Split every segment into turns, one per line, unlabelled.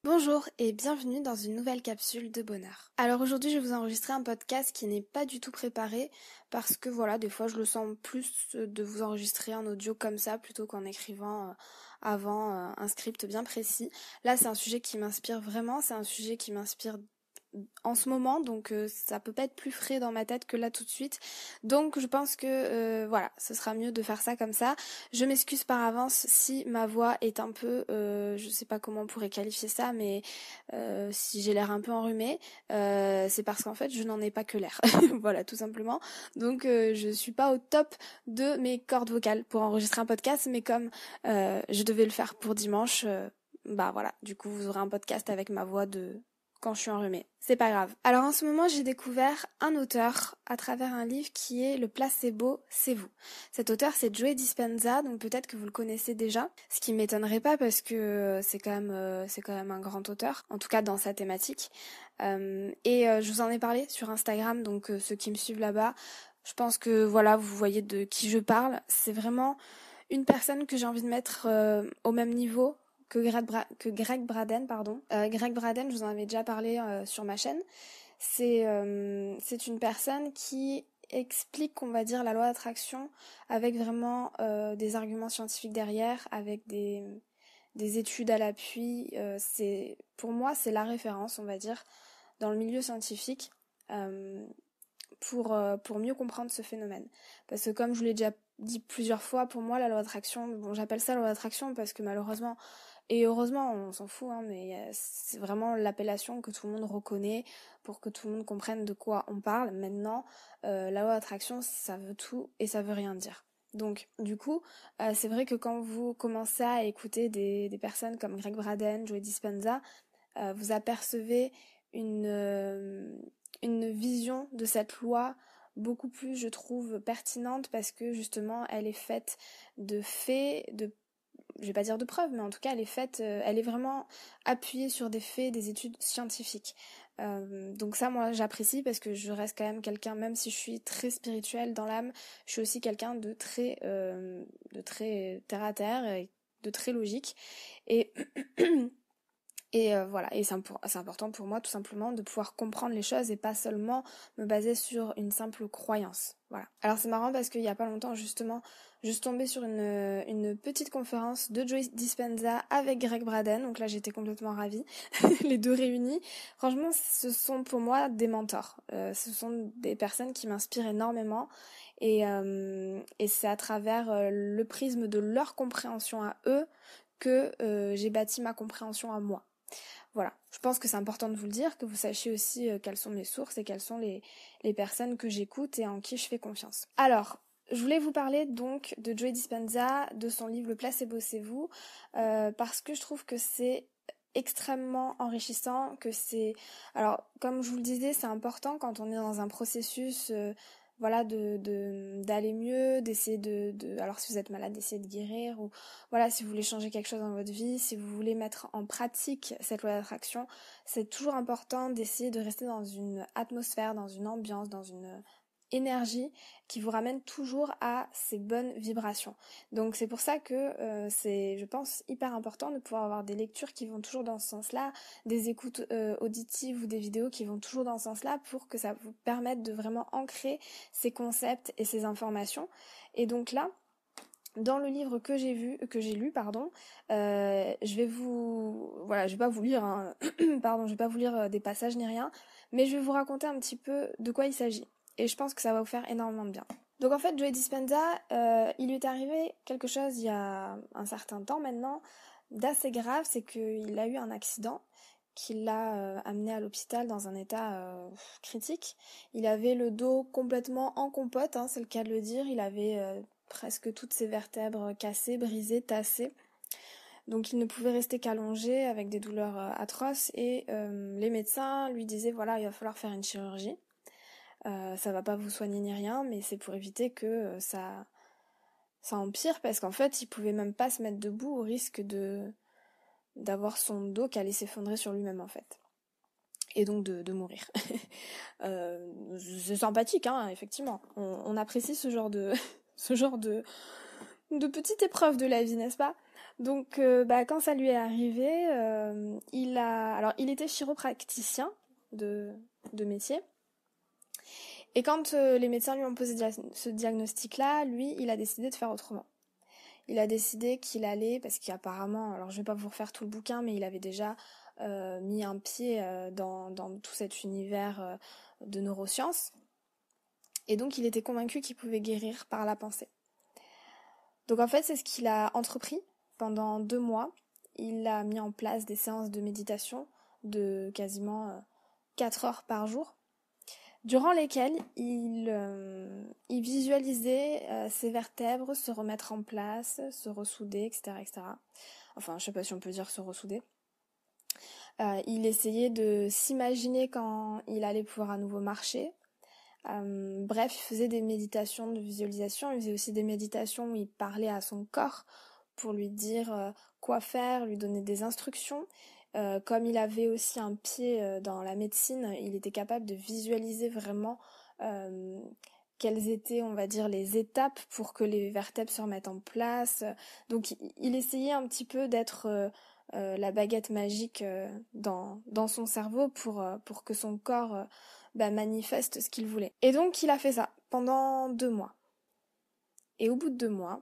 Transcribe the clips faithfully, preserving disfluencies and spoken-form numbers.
Bonjour et bienvenue dans une nouvelle capsule de bonheur. Alors aujourd'hui je vais vous enregistrer un podcast qui n'est pas du tout préparé parce que voilà, des fois je le sens plus de vous enregistrer en audio comme ça plutôt qu'en écrivant euh, avant euh, un script bien précis. Là c'est un sujet qui m'inspire vraiment, c'est un sujet qui m'inspire en ce moment, donc euh, ça peut pas être plus frais dans ma tête que là tout de suite, donc je pense que euh, voilà, ce sera mieux de faire ça comme ça. Je m'excuse par avance si ma voix est un peu, euh, je sais pas comment on pourrait qualifier ça, mais euh, si j'ai l'air un peu enrhumée, euh, c'est parce qu'en fait je n'en ai pas que l'air, voilà tout simplement, donc euh, je suis pas au top de mes cordes vocales pour enregistrer un podcast, mais comme euh, je devais le faire pour dimanche, euh, bah voilà, du coup vous aurez un podcast avec ma voix de quand je suis enrhumée. C'est pas grave. Alors en ce moment, j'ai découvert un auteur à travers un livre qui est Le placebo, c'est vous. Cet auteur, c'est Joe Dispenza, donc peut-être que vous le connaissez déjà, ce qui m'étonnerait pas parce que c'est quand même euh, c'est quand même un grand auteur, en tout cas dans sa thématique. Euh, et euh, je vous en ai parlé sur Instagram, donc euh, ceux qui me suivent là-bas, je pense que voilà, vous voyez de qui je parle. C'est vraiment une personne que j'ai envie de mettre euh, au même niveau que Greg, Bra- que Greg Braden, pardon. Euh, Greg Braden, je vous en avais déjà parlé euh, sur ma chaîne. C'est euh, c'est une personne qui explique, on va dire, la loi d'attraction avec vraiment euh, des arguments scientifiques derrière, avec des des études à l'appui. Euh, c'est pour moi, c'est la référence, on va dire, dans le milieu scientifique euh, pour euh, pour mieux comprendre ce phénomène. Parce que comme je vous l'ai déjà dit plusieurs fois, pour moi, la loi d'attraction, bon, j'appelle ça la loi d'attraction parce que malheureusement et heureusement, on s'en fout, hein, mais c'est vraiment l'appellation que tout le monde reconnaît pour que tout le monde comprenne de quoi on parle. Maintenant, euh, la loi d'attraction, ça veut tout et ça veut rien dire. Donc, du coup, euh, c'est vrai que quand vous commencez à écouter des, des personnes comme Greg Braden, Joe Dispenza, euh, vous apercevez une, euh, une vision de cette loi beaucoup plus, je trouve, pertinente parce que justement, elle est faite de faits, de je vais pas dire de preuves, mais en tout cas elle est faite, euh, elle est vraiment appuyée sur des faits, des études scientifiques. Euh, donc ça moi j'apprécie parce que je reste quand même quelqu'un, même si je suis très spirituelle dans l'âme, je suis aussi quelqu'un de très, euh, de très terre à terre et de très logique. Et Et euh, voilà, et c'est impor- c'est important pour moi tout simplement de pouvoir comprendre les choses et pas seulement me baser sur une simple croyance. Voilà. Alors c'est marrant parce qu'il y a pas longtemps justement, je suis tombée sur une, une petite conférence de Joe Dispenza avec Greg Braden, donc là j'étais complètement ravie, les deux réunis. Franchement, ce sont pour moi des mentors. Euh, ce sont des personnes qui m'inspirent énormément et, euh, et c'est à travers euh, le prisme de leur compréhension à eux que euh, j'ai bâti ma compréhension à moi. Voilà, je pense que c'est important de vous le dire, que vous sachiez aussi euh, quelles sont mes sources et quelles sont les, les personnes que j'écoute et en qui je fais confiance. Alors, je voulais vous parler donc de Joe Dispenza, de son livre Le placebo, c'est vous, euh, parce que je trouve que c'est extrêmement enrichissant, que c'est... Alors, comme je vous le disais, c'est important quand on est dans un processus... Euh, voilà, de, de d'aller mieux, d'essayer de, de alors si vous êtes malade, d'essayer de guérir, ou voilà, si vous voulez changer quelque chose dans votre vie, si vous voulez mettre en pratique cette loi d'attraction, c'est toujours important d'essayer de rester dans une atmosphère, dans une ambiance, dans une énergie qui vous ramène toujours à ces bonnes vibrations. Donc c'est pour ça que euh, c'est, je pense, hyper important de pouvoir avoir des lectures qui vont toujours dans ce sens-là, des écoutes euh, auditives ou des vidéos qui vont toujours dans ce sens-là pour que ça vous permette de vraiment ancrer ces concepts et ces informations. Et donc là, dans le livre que j'ai vu, que j'ai lu, pardon, euh, je vais vous, voilà, je vais pas vous lire, hein, pardon, je vais pas vous lire des passages ni rien, mais je vais vous raconter un petit peu de quoi il s'agit. Et je pense que ça va vous faire énormément de bien. Donc en fait, Joe Dispenza, euh, il lui est arrivé quelque chose il y a un certain temps maintenant, d'assez grave, c'est qu'il a eu un accident qui l'a euh, amené à l'hôpital dans un état euh, critique. Il avait le dos complètement en compote, hein, c'est le cas de le dire, il avait euh, presque toutes ses vertèbres cassées, brisées, tassées. Donc il ne pouvait rester qu'allongé avec des douleurs euh, atroces et euh, les médecins lui disaient voilà, il va falloir faire une chirurgie. Euh, ça va pas vous soigner ni rien, mais c'est pour éviter que euh, ça ça empire parce qu'en fait, il pouvait même pas se mettre debout au risque de d'avoir son dos qui allait s'effondrer sur lui-même en fait. Et donc de, de mourir. euh, c'est sympathique, hein, effectivement. On, on apprécie ce genre de ce genre de de petite épreuve de la vie, n'est-ce pas? Donc euh, bah, quand ça lui est arrivé, euh, il a alors il était chiropraticien de, de métier. Et quand euh, les médecins lui ont posé dia- ce diagnostic-là, lui, il a décidé de faire autrement. Il a décidé qu'il allait, parce qu'apparemment, alors je vais pas vous refaire tout le bouquin, mais il avait déjà euh, mis un pied euh, dans, dans tout cet univers euh, de neurosciences. Et donc il était convaincu qu'il pouvait guérir par la pensée. Donc en fait, c'est ce qu'il a entrepris pendant deux mois. Il a mis en place des séances de méditation de quasiment euh, quatre heures par jour, durant lesquelles il, euh, il visualisait euh, ses vertèbres se remettre en place, se ressouder, et cetera, et cetera. Enfin, je sais pas si on peut dire se ressouder. Euh, il essayait de s'imaginer quand il allait pouvoir à nouveau marcher. Euh, bref, il faisait des méditations de visualisation. Il faisait aussi des méditations où il parlait à son corps pour lui dire euh, quoi faire, lui donner des instructions. Euh, comme il avait aussi un pied euh, dans la médecine, il était capable de visualiser vraiment euh, quelles étaient, on va dire, les étapes pour que les vertèbres se remettent en place. Donc il, il essayait un petit peu d'être euh, euh, la baguette magique euh, dans, dans son cerveau pour, euh, pour que son corps euh, bah, manifeste ce qu'il voulait. Et donc il a fait ça pendant deux mois. Et au bout de deux mois,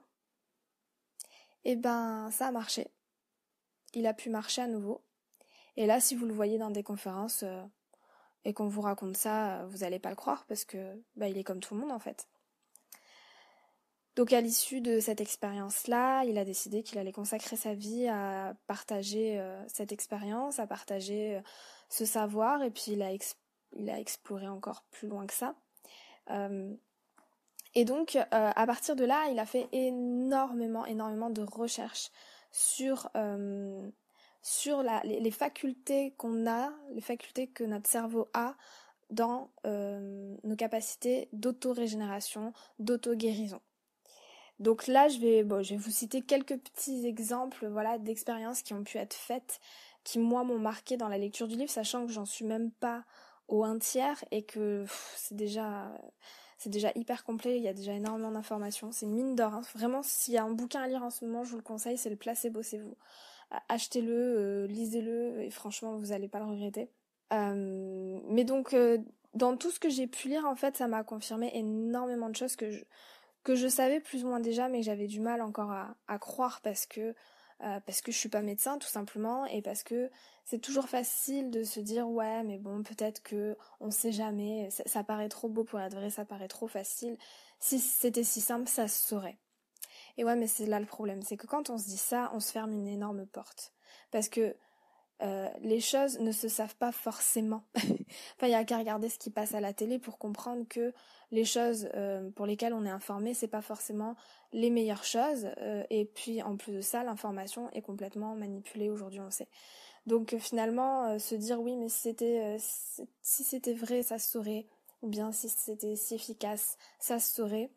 eh ben ça a marché. Il a pu marcher à nouveau. Et là, si vous le voyez dans des conférences euh, et qu'on vous raconte ça, vous allez pas le croire parce que bah, il est comme tout le monde en fait. Donc à l'issue de cette expérience-là, il a décidé qu'il allait consacrer sa vie à partager euh, cette expérience, à partager euh, ce savoir, et puis il a, ex- il a exploré encore plus loin que ça. Euh, et donc, euh, à partir de là, il a fait énormément, énormément de recherches sur, euh, sur la, les, les facultés qu'on a, les facultés que notre cerveau a dans euh, nos capacités d'auto-régénération, d'auto-guérison. Donc là, je vais, bon, je vais vous citer quelques petits exemples, voilà, d'expériences qui ont pu être faites, qui moi m'ont marqué dans la lecture du livre, sachant que j'en suis même pas au un tiers et que pff, c'est déjà, c'est déjà hyper complet. Il y a déjà énormément d'informations. C'est une mine d'or. Hein. Vraiment, s'il y a un bouquin à lire en ce moment, je vous le conseille, c'est le Placebo, c'est vous. Achetez-le, euh, lisez-le et franchement, vous allez pas le regretter. Euh, mais donc, euh, dans tout ce que j'ai pu lire, en fait, ça m'a confirmé énormément de choses que je que je savais plus ou moins déjà, mais que j'avais du mal encore à, à croire parce que euh, parce que je suis pas médecin tout simplement et parce que c'est toujours facile de se dire ouais mais bon peut-être que on sait jamais, ça, ça paraît trop beau pour être vrai, ça paraît trop facile. Si c'était si simple, ça se saurait. Et ouais mais c'est là le problème, c'est que quand on se dit ça, on se ferme une énorme porte parce que euh, les choses ne se savent pas forcément. Enfin, il y a qu'à regarder ce qui passe à la télé pour comprendre que les choses euh, pour lesquelles on est informé, c'est pas forcément les meilleures choses. Euh, et puis, en plus de ça, l'information est complètement manipulée aujourd'hui, on sait. Donc, euh, finalement, euh, se dire oui, mais si c'était euh, si c'était vrai, ça se saurait, ou bien si c'était si efficace, ça se saurait.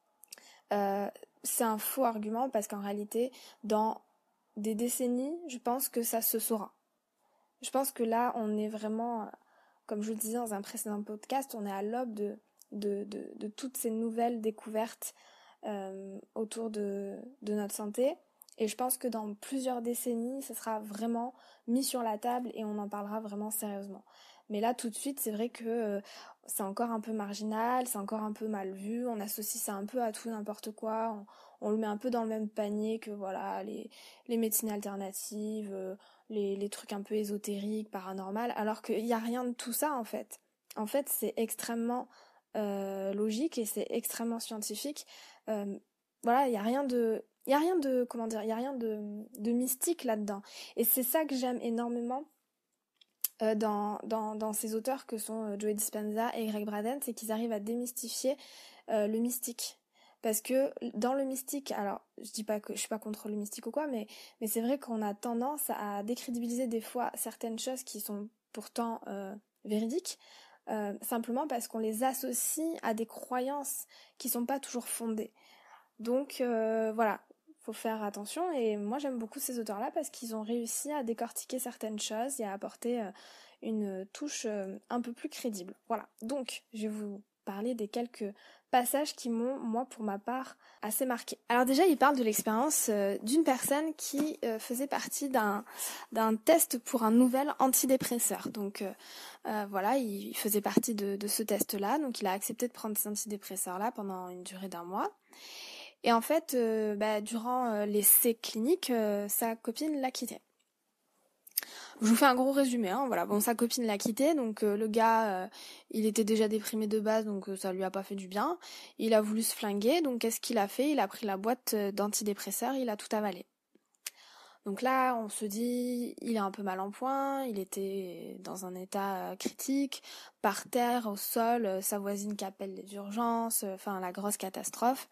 Euh, c'est un faux argument parce qu'en réalité, dans des décennies, je pense que ça se saura. Je pense que là, on est vraiment, comme je vous le disais dans un précédent podcast, on est à l'aube de, de, de, de toutes ces nouvelles découvertes euh, autour de, de notre santé. Et je pense que dans plusieurs décennies, ce sera vraiment mis sur la table et on en parlera vraiment sérieusement. Mais là, tout de suite, c'est vrai que euh, c'est encore un peu marginal, c'est encore un peu mal vu, on associe ça un peu à tout n'importe quoi, on, on le met un peu dans le même panier que voilà les, les médecines alternatives, euh, les, les trucs un peu ésotériques, paranormal, alors qu'il n'y a rien de tout ça en fait. En fait, c'est extrêmement euh, logique et c'est extrêmement scientifique. Euh, voilà, il n'y a rien de... Il y a rien de, comment dire, il y a rien de, de mystique là-dedans. Et c'est ça que j'aime énormément euh, dans, dans, dans ces auteurs que sont euh, Joe Dispenza et Greg Braden, c'est qu'ils arrivent à démystifier euh, le mystique. Parce que dans le mystique, alors je dis pas que je suis pas contre le mystique ou quoi, mais, mais c'est vrai qu'on a tendance à décrédibiliser des fois certaines choses qui sont pourtant euh, véridiques, euh, simplement parce qu'on les associe à des croyances qui sont pas toujours fondées. Donc euh, voilà, faut faire attention et moi j'aime beaucoup ces auteurs-là parce qu'ils ont réussi à décortiquer certaines choses et à apporter euh, une touche euh, un peu plus crédible. Voilà, donc je vais vous parler des quelques passages qui m'ont, moi, pour ma part, assez marqué. Alors déjà, il parle de l'expérience euh, d'une personne qui euh, faisait partie d'un, d'un test pour un nouvel antidépresseur. Donc euh, euh, voilà, il, il faisait partie de, de ce test-là, donc il a accepté de prendre ces antidépresseurs-là pendant une durée d'un mois. Et en fait, euh, bah, durant euh, l'essai clinique, euh, sa copine l'a quitté. Je vous fais un gros résumé, hein, voilà. Bon, sa copine l'a quitté, donc euh, le gars, euh, il était déjà déprimé de base, donc euh, ça lui a pas fait du bien. Il a voulu se flinguer, donc qu'est-ce qu'il a fait? Il a pris la boîte euh, d'antidépresseurs, il a tout avalé. Donc là, on se dit, il est un peu mal en point, il était dans un état euh, critique, par terre, au sol, euh, sa voisine qui appelle les urgences, euh, enfin la grosse catastrophe.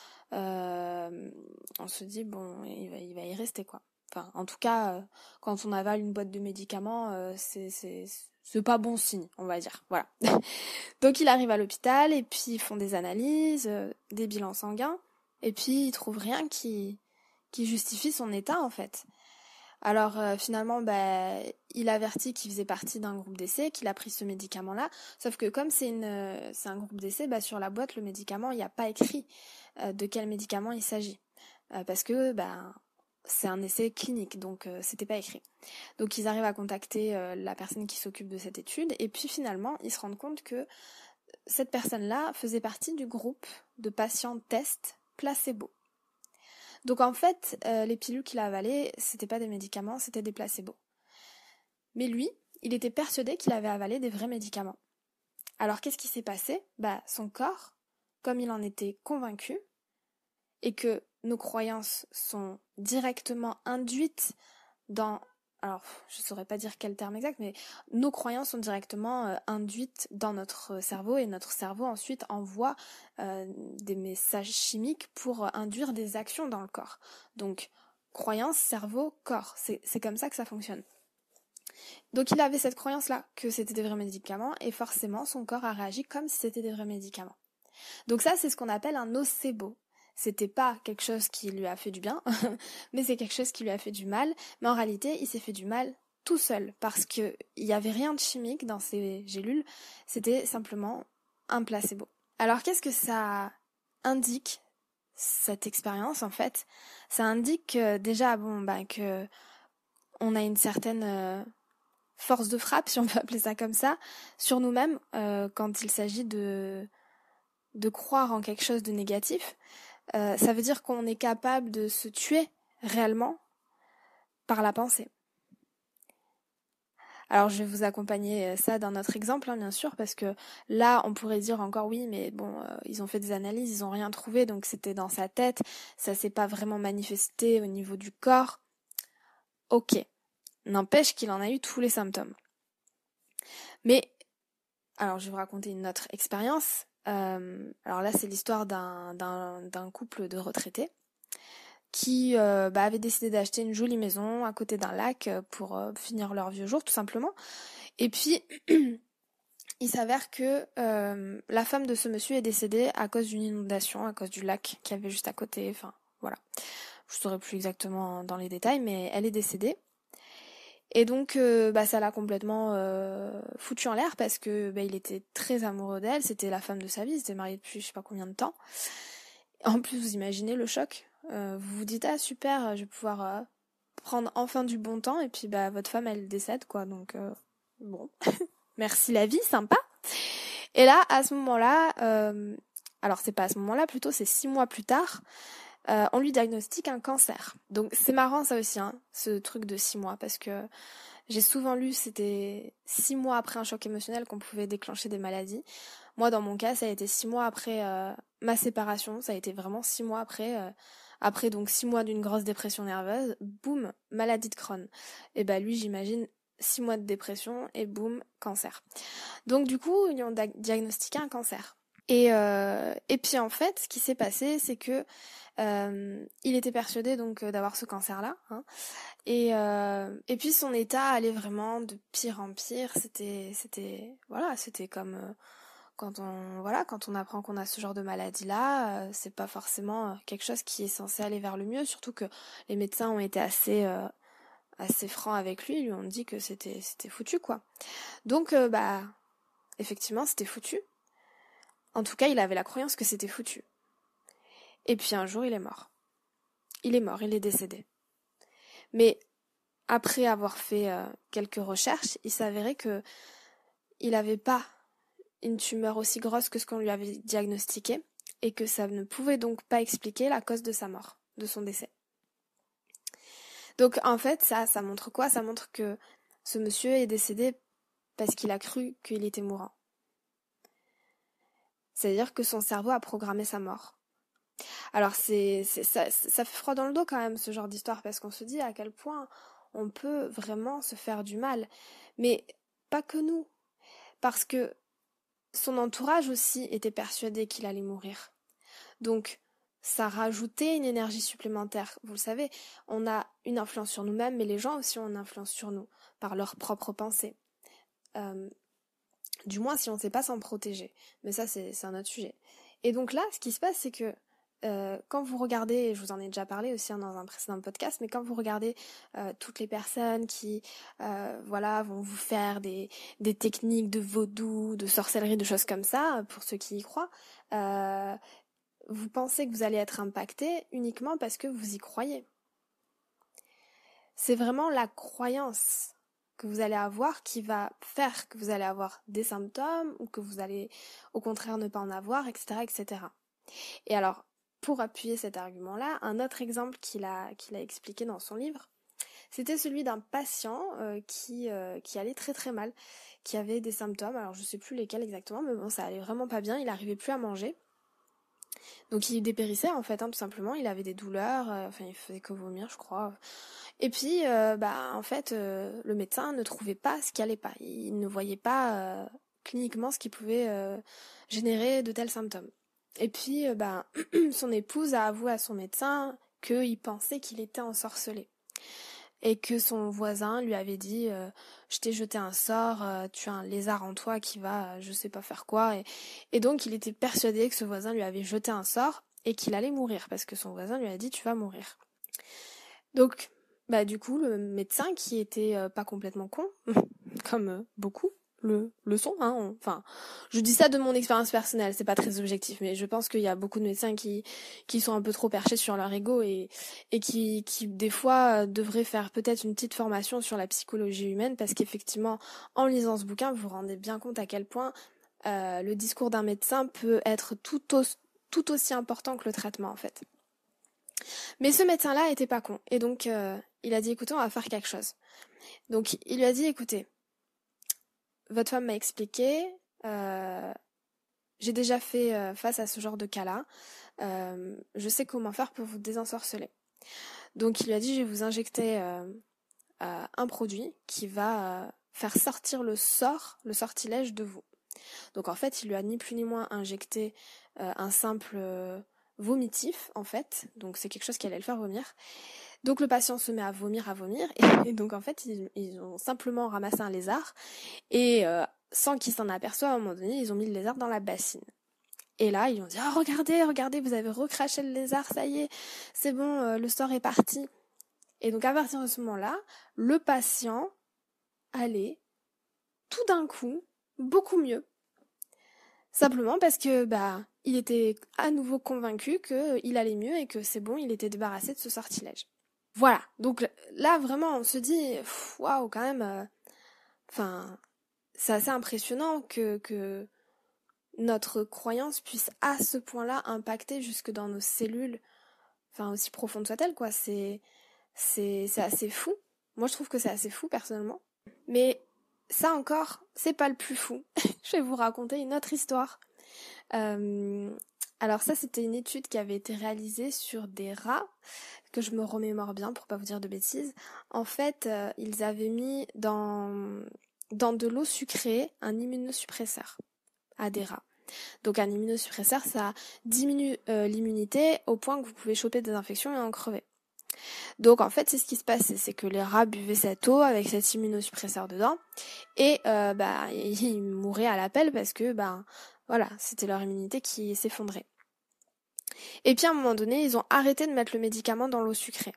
Euh, on se dit, bon, il va, il va y rester, quoi. Enfin, en tout cas, euh, quand on avale une boîte de médicaments, euh, c'est, c'est, c'est pas bon signe, on va dire. Voilà. Donc il arrive à l'hôpital, et puis ils font des analyses, euh, des bilans sanguins, et puis ils trouvent rien qui, qui justifie son état, en fait. Alors euh, finalement, bah, il avertit qu'il faisait partie d'un groupe d'essai, qu'il a pris ce médicament-là, sauf que comme c'est, une, euh, c'est un groupe d'essai, bah, sur la boîte, le médicament, il n'y a pas écrit euh, de quel médicament il s'agit. Euh, parce que bah, c'est un essai clinique, donc euh, c'était pas écrit. Donc ils arrivent à contacter euh, la personne qui s'occupe de cette étude, et puis finalement, ils se rendent compte que cette personne-là faisait partie du groupe de patients test placebo. Donc en fait, euh, les pilules qu'il a avalées, c'était pas des médicaments, c'était des placebos. Mais lui, il était persuadé qu'il avait avalé des vrais médicaments. Alors qu'est-ce qui s'est passé? Bah, son corps, comme il en était convaincu, et que nos croyances sont directement induites dans... Alors, je ne saurais pas dire quel terme exact, mais nos croyances sont directement euh, induites dans notre cerveau, et notre cerveau ensuite envoie euh, des messages chimiques pour euh, induire des actions dans le corps. Donc, croyance, cerveau, corps, c'est, c'est comme ça que ça fonctionne. Donc il avait cette croyance-là, que c'était des vrais médicaments, et forcément son corps a réagi comme si c'était des vrais médicaments. Donc ça, c'est ce qu'on appelle un nocebo. C'était pas quelque chose qui lui a fait du bien, mais c'est quelque chose qui lui a fait du mal. Mais en réalité, il s'est fait du mal tout seul, parce que il y avait rien de chimique dans ces gélules, c'était simplement un placebo. Alors qu'est-ce que ça indique, cette expérience en fait? Ça indique euh, déjà, bon, bah, que on a une certaine euh, force de frappe, si on peut appeler ça comme ça, sur nous-mêmes euh, quand il s'agit de de croire en quelque chose de négatif. Euh, ça veut dire qu'on est capable de se tuer réellement par la pensée. Alors je vais vous accompagner ça d'un autre exemple, hein, bien sûr, parce que là on pourrait dire encore oui, mais bon, euh, ils ont fait des analyses, ils ont rien trouvé, donc c'était dans sa tête, ça s'est pas vraiment manifesté au niveau du corps. Ok, n'empêche qu'il en a eu tous les symptômes. Mais, alors je vais vous raconter une autre expérience. Euh, alors là c'est l'histoire d'un, d'un, d'un couple de retraités qui euh, bah, avait décidé d'acheter une jolie maison à côté d'un lac pour euh, finir leur vieux jour tout simplement. Et puis il s'avère que euh, la femme de ce monsieur est décédée à cause d'une inondation, à cause du lac qu'il y avait juste à côté, enfin voilà. Je ne saurais plus exactement dans les détails, mais elle est décédée. Et donc euh, bah, ça l'a complètement euh, foutu en l'air parce que bah, il était très amoureux d'elle, c'était la femme de sa vie, ils étaient mariés depuis je sais pas combien de temps. En plus vous imaginez le choc, euh, vous vous dites ah super, je vais pouvoir euh, prendre enfin du bon temps, et puis bah votre femme elle décède quoi, donc euh, bon, merci la vie, sympa. Et là à ce moment-là, euh, alors c'est pas à ce moment-là, plutôt c'est six mois plus tard, euh, on lui diagnostique un cancer. Donc c'est marrant ça aussi, hein, ce truc de six mois, parce que j'ai souvent lu c'était six mois après un choc émotionnel qu'on pouvait déclencher des maladies. Moi dans mon cas ça a été six mois après euh, ma séparation, ça a été vraiment six mois après, euh, après donc six mois d'une grosse dépression nerveuse, boum, maladie de Crohn. Et bah lui j'imagine six mois de dépression et boum, cancer. Donc du coup ils ont diagnostiqué un cancer. Et, euh, et puis en fait, ce qui s'est passé, c'est que euh, il était persuadé donc d'avoir ce cancer-là, hein, et euh, et puis son état allait vraiment de pire en pire. C'était c'était voilà, c'était comme euh, quand on voilà quand on apprend qu'on a ce genre de maladie-là, euh, c'est pas forcément euh, quelque chose qui est censé aller vers le mieux. Surtout que les médecins ont été assez euh, assez francs avec lui, ils lui ont dit que c'était c'était foutu quoi. Donc euh, bah effectivement c'était foutu. En tout cas, il avait la croyance que c'était foutu. Et puis un jour, il est mort. Il est mort, il est décédé. Mais après avoir fait euh, quelques recherches, il s'avérait que il n'avait pas une tumeur aussi grosse que ce qu'on lui avait diagnostiqué et que ça ne pouvait donc pas expliquer la cause de sa mort, de son décès. Donc en fait, ça, ça montre quoi? Ça montre que ce monsieur est décédé parce qu'il a cru qu'il était mourant. C'est-à-dire que son cerveau a programmé sa mort. Alors c'est, c'est ça, ça fait froid dans le dos quand même ce genre d'histoire parce qu'on se dit à quel point on peut vraiment se faire du mal. Mais pas que nous. Parce que son entourage aussi était persuadé qu'il allait mourir. Donc, ça rajoutait une énergie supplémentaire. Vous le savez, on a une influence sur nous-mêmes, mais les gens aussi ont une influence sur nous, par leurs propres pensées. Euh, du moins, si on ne sait pas s'en protéger. Mais ça, c'est, c'est un autre sujet. Et donc là, ce qui se passe, c'est que euh, quand vous regardez, et je vous en ai déjà parlé aussi hein, dans un précédent podcast, mais quand vous regardez euh, toutes les personnes qui euh, voilà, vont vous faire des, des techniques de vaudou, de sorcellerie, de choses comme ça, pour ceux qui y croient, euh, vous pensez que vous allez être impacté uniquement parce que vous y croyez. C'est vraiment la croyance que vous allez avoir qui va faire que vous allez avoir des symptômes ou que vous allez au contraire ne pas en avoir, et cetera, et cetera. Et alors, pour appuyer cet argument-là, un autre exemple qu'il a, qu'il a expliqué dans son livre, c'était celui d'un patient euh, qui, euh, qui allait très très mal, qui avait des symptômes, alors je sais plus lesquels exactement, mais bon, ça allait vraiment pas bien, il n'arrivait plus à manger. Donc il dépérissait en fait, hein, tout simplement, il avait des douleurs, euh, enfin il faisait que vomir je crois. Et puis euh, bah en fait euh, le médecin ne trouvait pas ce qui allait pas, il ne voyait pas euh, cliniquement ce qui pouvait euh, générer de tels symptômes. Et puis euh, bah son épouse a avoué à son médecin qu'il pensait qu'il était ensorcelé. Et que son voisin lui avait dit euh, je t'ai jeté un sort, euh, tu as un lézard en toi qui va euh, je sais pas faire quoi. Et, et donc il était persuadé que ce voisin lui avait jeté un sort et qu'il allait mourir parce que son voisin lui a dit tu vas mourir. Donc bah du coup le médecin qui était euh, pas complètement con, comme euh, beaucoup le, le sont, hein, on, enfin je dis ça de mon expérience personnelle, c'est pas très objectif, mais je pense qu'il y a beaucoup de médecins qui qui sont un peu trop perchés sur leur ego et et qui qui des fois euh, devraient faire peut-être une petite formation sur la psychologie humaine parce qu'effectivement en lisant ce bouquin vous vous rendez bien compte à quel point euh, le discours d'un médecin peut être tout aussi tout aussi important que le traitement en fait. Mais ce médecin-là était pas con et donc euh, il a dit écoutez on va faire quelque chose. Donc il lui a dit écoutez, votre femme m'a expliqué, euh, j'ai déjà fait euh, face à ce genre de cas-là, euh, je sais comment faire pour vous désensorceler. Donc il lui a dit je vais vous injecter euh, euh, un produit qui va euh, faire sortir le sort, le sortilège de vous. Donc en fait il lui a ni plus ni moins injecté euh, un simple euh, vomitif en fait, donc c'est quelque chose qui allait le faire vomir. Donc le patient se met à vomir, à vomir, et, et donc en fait ils, ils ont simplement ramassé un lézard, et euh, sans qu'il s'en aperçoive, à un moment donné, ils ont mis le lézard dans la bassine. Et là, ils ont dit « Oh, regardez, regardez, vous avez recraché le lézard, ça y est, c'est bon, euh, le sort est parti. » Et donc à partir de ce moment-là, le patient allait, tout d'un coup, beaucoup mieux. Simplement parce que bah il était à nouveau convaincu qu'il allait mieux et que c'est bon, il était débarrassé de ce sortilège. Voilà, donc là vraiment on se dit waouh quand même, enfin euh, c'est assez impressionnant que, que notre croyance puisse à ce point-là impacter jusque dans nos cellules, enfin aussi profonde soit-elle quoi, c'est, c'est, c'est assez fou. Moi je trouve que c'est assez fou personnellement. Mais ça encore, c'est pas le plus fou. Je vais vous raconter une autre histoire. Euh, alors ça c'était une étude qui avait été réalisée sur des rats, que je me remémore bien pour pas vous dire de bêtises. En fait, euh, ils avaient mis dans, dans de l'eau sucrée un immunosuppresseur à des rats. Donc un immunosuppresseur, ça diminue euh, l'immunité au point que vous pouvez choper des infections et en crever. Donc en fait, c'est ce qui se passait, c'est que les rats buvaient cette eau avec cet immunosuppresseur dedans et euh, bah ils mouraient à l'appel parce que bah voilà, c'était leur immunité qui s'effondrait. Et puis à un moment donné, ils ont arrêté de mettre le médicament dans l'eau sucrée.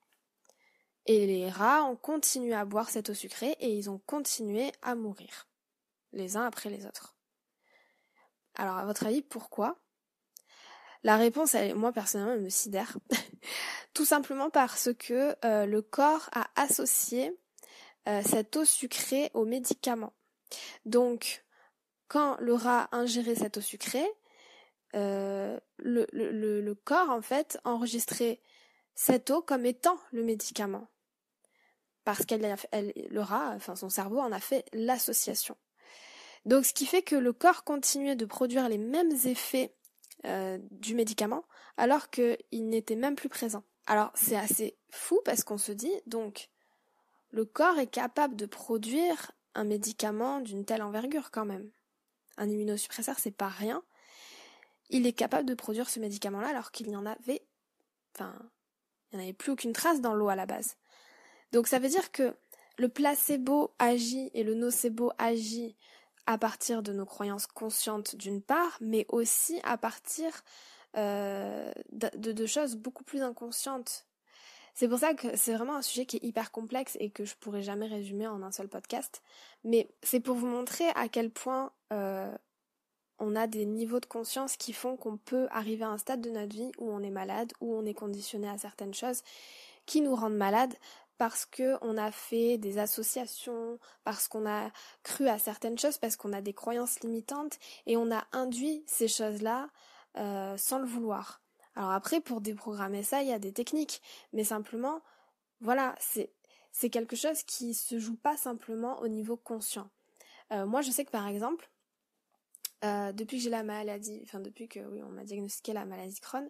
Et les rats ont continué à boire cette eau sucrée et ils ont continué à mourir, les uns après les autres. Alors à votre avis, pourquoi ? La réponse, elle, moi personnellement, elle me sidère. Tout simplement parce que euh, le corps a associé euh, cette eau sucrée aux médicaments. Donc, quand le rat a ingéré cette eau sucrée, euh, le, le, le corps, en fait, enregistrait cette eau comme étant le médicament. Parce qu'elle, elle, le rat, enfin son cerveau en a fait l'association. Donc, ce qui fait que le corps continuait de produire les mêmes effets euh, du médicament, alors qu'il n'était même plus présent. Alors, c'est assez fou parce qu'on se dit, donc, le corps est capable de produire un médicament d'une telle envergure quand même. Un immunosuppresseur, c'est pas rien. Il est capable de produire ce médicament-là alors qu'il n'y en avait, enfin, il n'y en avait plus aucune trace dans l'eau à la base. Donc ça veut dire que le placebo agit et le nocebo agit à partir de nos croyances conscientes d'une part, mais aussi à partir euh, de, de, de choses beaucoup plus inconscientes. C'est pour ça que c'est vraiment un sujet qui est hyper complexe et que je pourrais jamais résumer en un seul podcast. Mais c'est pour vous montrer à quel point euh, on a des niveaux de conscience qui font qu'on peut arriver à un stade de notre vie où on est malade, où on est conditionné à certaines choses qui nous rendent malades parce qu'on a fait des associations, parce qu'on a cru à certaines choses, parce qu'on a des croyances limitantes et on a induit ces choses-là euh, sans le vouloir. Alors après, pour déprogrammer ça, il y a des techniques, mais simplement, voilà, c'est c'est quelque chose qui se joue pas simplement au niveau conscient. Euh, moi, je sais que par exemple, euh, depuis que j'ai la maladie, enfin depuis que oui, on m'a diagnostiqué la maladie de Crohn,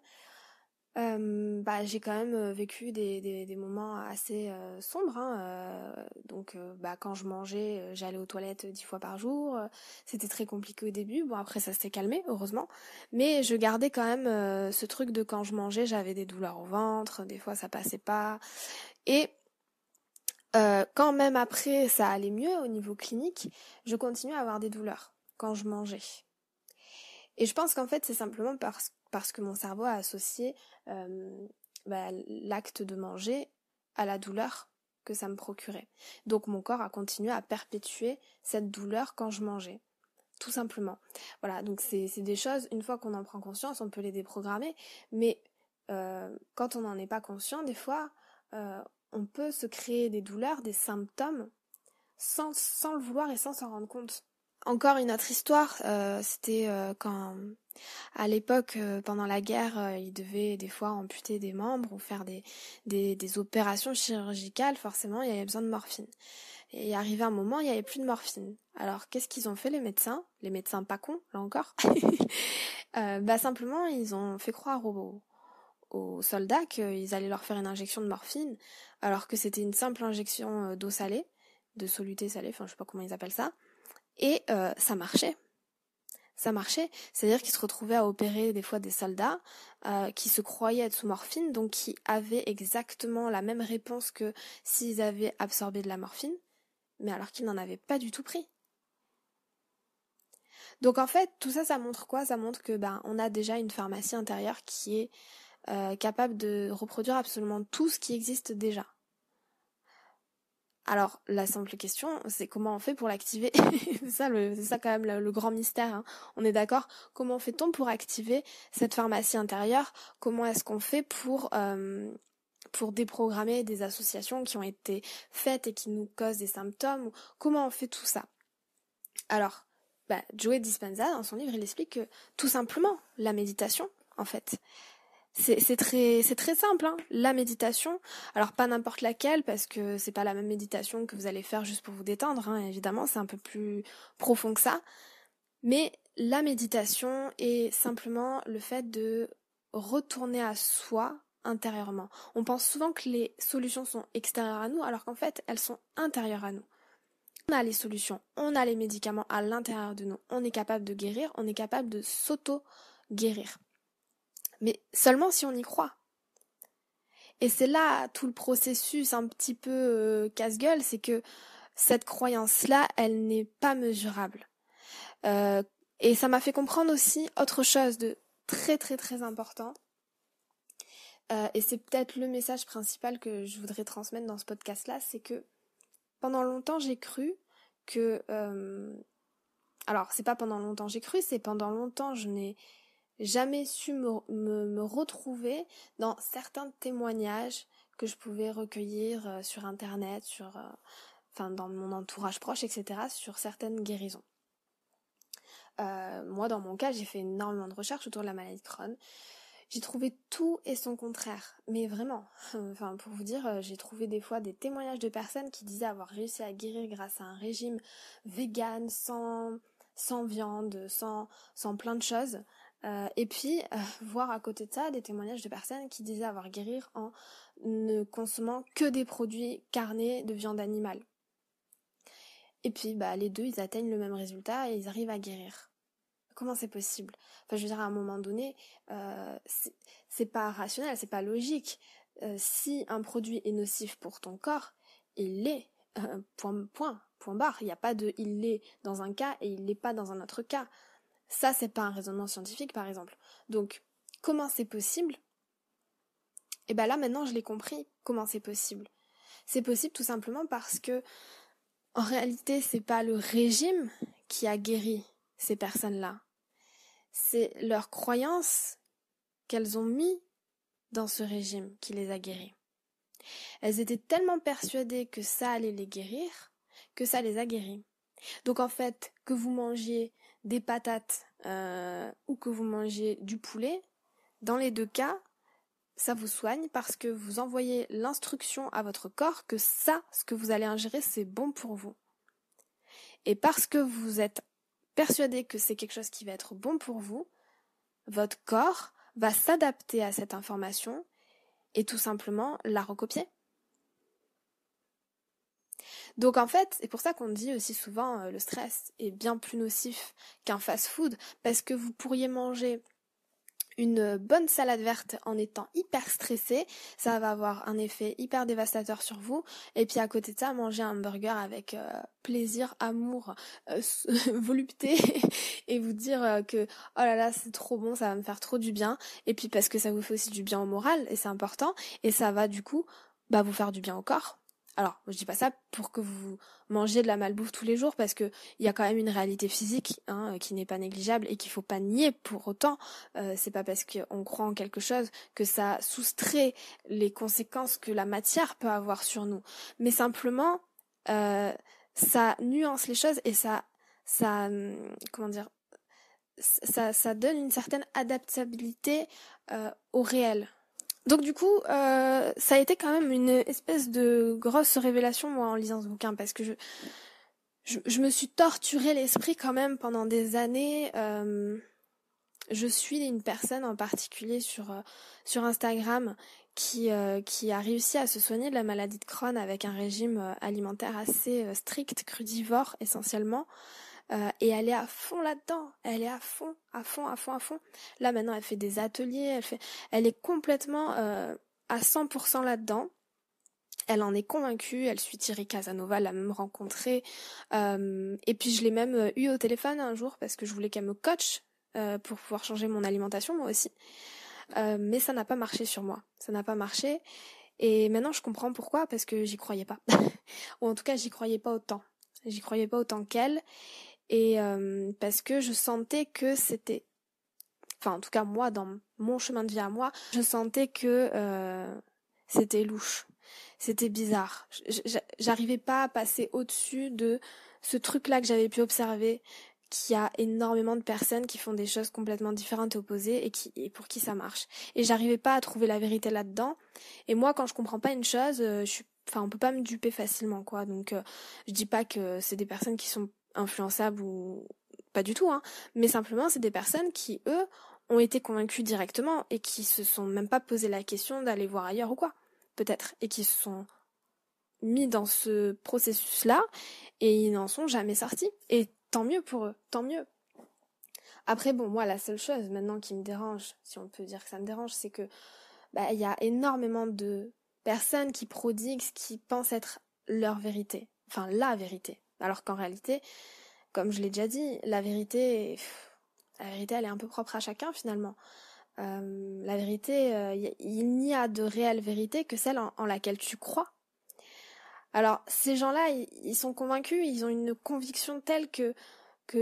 euh, bah j'ai quand même vécu des, des, des moments assez euh, sombres. Hein, euh, donc, euh, bah quand je mangeais, euh, j'allais aux toilettes dix fois par jour. Euh, c'était très compliqué au début. Bon après ça s'est calmé heureusement, mais je gardais quand même euh, ce truc de quand je mangeais, j'avais des douleurs au ventre. Des fois ça passait pas. Et euh, quand même après ça allait mieux au niveau clinique, je continuais à avoir des douleurs quand je mangeais. Et je pense qu'en fait c'est simplement parce, parce que mon cerveau a associé euh, bah, l'acte de manger à la douleur que ça me procurait. Donc mon corps a continué à perpétuer cette douleur quand je mangeais. Tout simplement. Voilà, donc c'est, c'est des choses, une fois qu'on en prend conscience, on peut les déprogrammer, mais euh, quand on n'en est pas conscient, des fois, euh, on peut se créer des douleurs, des symptômes, sans, sans le vouloir et sans s'en rendre compte. Encore une autre histoire, euh, c'était euh, quand, à l'époque, euh, pendant la guerre, euh, ils devaient des fois amputer des membres ou faire des, des, des opérations chirurgicales, forcément, il y avait besoin de morphine. Et arrivé un moment, il n'y avait plus de morphine. Alors, qu'est-ce qu'ils ont fait les médecins ? Les médecins pas cons, là encore. euh, bah simplement, ils ont fait croire aux, aux soldats qu'ils allaient leur faire une injection de morphine, alors que c'était une simple injection d'eau salée, de soluté salée, enfin je sais pas comment ils appellent ça. Et euh, ça marchait. Ça marchait, c'est-à-dire qu'ils se retrouvaient à opérer des fois des soldats euh, qui se croyaient être sous morphine, donc qui avaient exactement la même réponse que s'ils avaient absorbé de la morphine, mais alors qu'ils n'en avaient pas du tout pris. Donc en fait, tout ça, ça montre quoi ? Ça montre que ben on a déjà une pharmacie intérieure qui est euh, capable de reproduire absolument tout ce qui existe déjà. Alors, la simple question, c'est comment on fait pour l'activer. c'est ça, le, c'est ça quand même le, le grand mystère. Hein. On est d'accord ? Comment fait-on pour activer cette pharmacie intérieure ? Comment est-ce qu'on fait pour euh, pour déprogrammer des associations qui ont été faites et qui nous causent des symptômes ? Comment on fait tout ça ? Alors, bah, Joe Dispenza, dans son livre, il explique que tout simplement, la méditation, en fait. C'est, c'est très, c'est très simple, hein. La méditation. Alors pas n'importe laquelle, parce que c'est pas la même méditation que vous allez faire juste pour vous détendre, hein, évidemment, c'est un peu plus profond que ça. Mais la méditation est simplement le fait de retourner à soi intérieurement. On pense souvent que les solutions sont extérieures à nous, alors qu'en fait, elles sont intérieures à nous. On a les solutions, on a les médicaments à l'intérieur de nous, on est capable de guérir, on est capable de s'auto-guérir. Mais seulement si on y croit. Et c'est là tout le processus un petit peu euh, casse-gueule, c'est que cette croyance-là, elle n'est pas mesurable. Euh, et ça m'a fait comprendre aussi autre chose de très très très important. Euh, et c'est peut-être le message principal que je voudrais transmettre dans ce podcast-là, c'est que pendant longtemps j'ai cru que euh, alors c'est pas pendant longtemps j'ai cru, c'est pendant longtemps je n'ai jamais su me, me, me retrouver dans certains témoignages que je pouvais recueillir euh, sur internet, sur, euh, enfin dans mon entourage proche, et cetera, sur certaines guérisons. Euh, moi, dans mon cas, j'ai fait énormément de recherches autour de la maladie de Crohn. J'ai trouvé tout et son contraire, mais vraiment. Enfin, pour vous dire, j'ai trouvé des fois des témoignages de personnes qui disaient avoir réussi à guérir grâce à un régime vegan, sans, sans viande, sans, sans plein de choses. Euh, et puis, euh, voir à côté de ça des témoignages de personnes qui disaient avoir guéri en ne consommant que des produits carnés de viande animale. Et puis, bah, les deux, ils atteignent le même résultat et ils arrivent à guérir. Comment c'est possible? Enfin, je veux dire, à un moment donné, euh, c'est, c'est pas rationnel, c'est pas logique. Euh, si un produit est nocif pour ton corps, il l'est. Euh, point, point, point barre. Il n'y a pas de il l'est dans un cas et il l'est pas dans un autre cas. Ça, c'est pas un raisonnement scientifique, par exemple. Donc, comment c'est possible? Et ben là, maintenant, je l'ai compris. Comment c'est possible? C'est possible tout simplement parce que, en réalité, c'est pas le régime qui a guéri ces personnes-là. C'est leur croyance qu'elles ont mis dans ce régime qui les a guéries. Elles étaient tellement persuadées que ça allait les guérir que ça les a guéries. Donc en fait, que vous mangiez des patates euh, ou que vous mangiez du poulet, dans les deux cas, ça vous soigne parce que vous envoyez l'instruction à votre corps que ça, ce que vous allez ingérer, c'est bon pour vous. Et parce que vous êtes persuadé que c'est quelque chose qui va être bon pour vous, votre corps va s'adapter à cette information et tout simplement la recopier. Donc en fait, c'est pour ça qu'on dit aussi souvent euh, le stress est bien plus nocif qu'un fast-food, parce que vous pourriez manger une bonne salade verte en étant hyper stressé, ça va avoir un effet hyper dévastateur sur vous, et puis à côté de ça, manger un burger avec euh, plaisir, amour, euh, volupté, et vous dire euh, que oh là là c'est trop bon, ça va me faire trop du bien, et puis parce que ça vous fait aussi du bien au moral, et c'est important, et ça va du coup bah vous faire du bien au corps. Alors, je dis pas ça pour que vous mangiez de la malbouffe tous les jours, parce que il y a quand même une réalité physique hein, qui n'est pas négligeable et qu'il faut pas nier pour autant. Euh, c'est pas parce qu'on croit en quelque chose que ça soustrait les conséquences que la matière peut avoir sur nous. Mais simplement, euh, ça nuance les choses et ça, ça, comment dire, ça, ça donne une certaine adaptabilité euh, au réel. Donc du coup, euh, ça a été quand même une espèce de grosse révélation moi en lisant ce bouquin, parce que je je, je me suis torturé l'esprit quand même pendant des années. Euh, je suis une personne en particulier sur euh, sur Instagram qui euh, qui a réussi à se soigner de la maladie de Crohn avec un régime euh, alimentaire assez euh, strict, crudivore essentiellement. Euh, et elle est à fond là-dedans, elle est à fond, à fond, à fond, à fond. Là maintenant elle fait des ateliers, elle fait, elle est complètement euh, à cent pour cent là-dedans. Elle en est convaincue, elle suit Thierry Casanova, elle l'a même rencontré. Euh, et puis je l'ai même eu au téléphone un jour parce que je voulais qu'elle me coach euh, pour pouvoir changer mon alimentation moi aussi. Euh, mais ça n'a pas marché sur moi, ça n'a pas marché. Et maintenant je comprends pourquoi, parce que j'y croyais pas. Ou en tout cas j'y croyais pas autant. J'y croyais pas autant qu'elle. Et euh, parce que je sentais que c'était, enfin en tout cas moi dans mon chemin de vie à moi, je sentais que euh, c'était louche, c'était bizarre. J'arrivais pas à passer au-dessus de ce truc-là que j'avais pu observer, qu'il y a énormément de personnes qui font des choses complètement différentes et opposées et qui et pour qui ça marche. Et j'arrivais pas à trouver la vérité là-dedans. Et moi quand je comprends pas une chose, je suis, enfin on peut pas me duper facilement quoi. Donc euh, je dis pas que c'est des personnes qui sont influençables ou pas du tout hein, mais simplement c'est des personnes qui eux ont été convaincus directement et qui se sont même pas posé la question d'aller voir ailleurs ou quoi, peut-être, et qui se sont mis dans ce processus-là et ils n'en sont jamais sortis. Et tant mieux pour eux, tant mieux. Après bon, moi la seule chose maintenant qui me dérange, si on peut dire que ça me dérange, c'est que bah il y a énormément de personnes qui prodiguent ce qui pensent être leur vérité, enfin la vérité. Alors qu'en réalité, comme je l'ai déjà dit, la vérité, pff, la vérité, elle est un peu propre à chacun finalement. Euh, la vérité, euh, y, il n'y a de réelle vérité que celle en, en laquelle tu crois. Alors ces gens-là, ils, ils sont convaincus, ils ont une conviction telle que que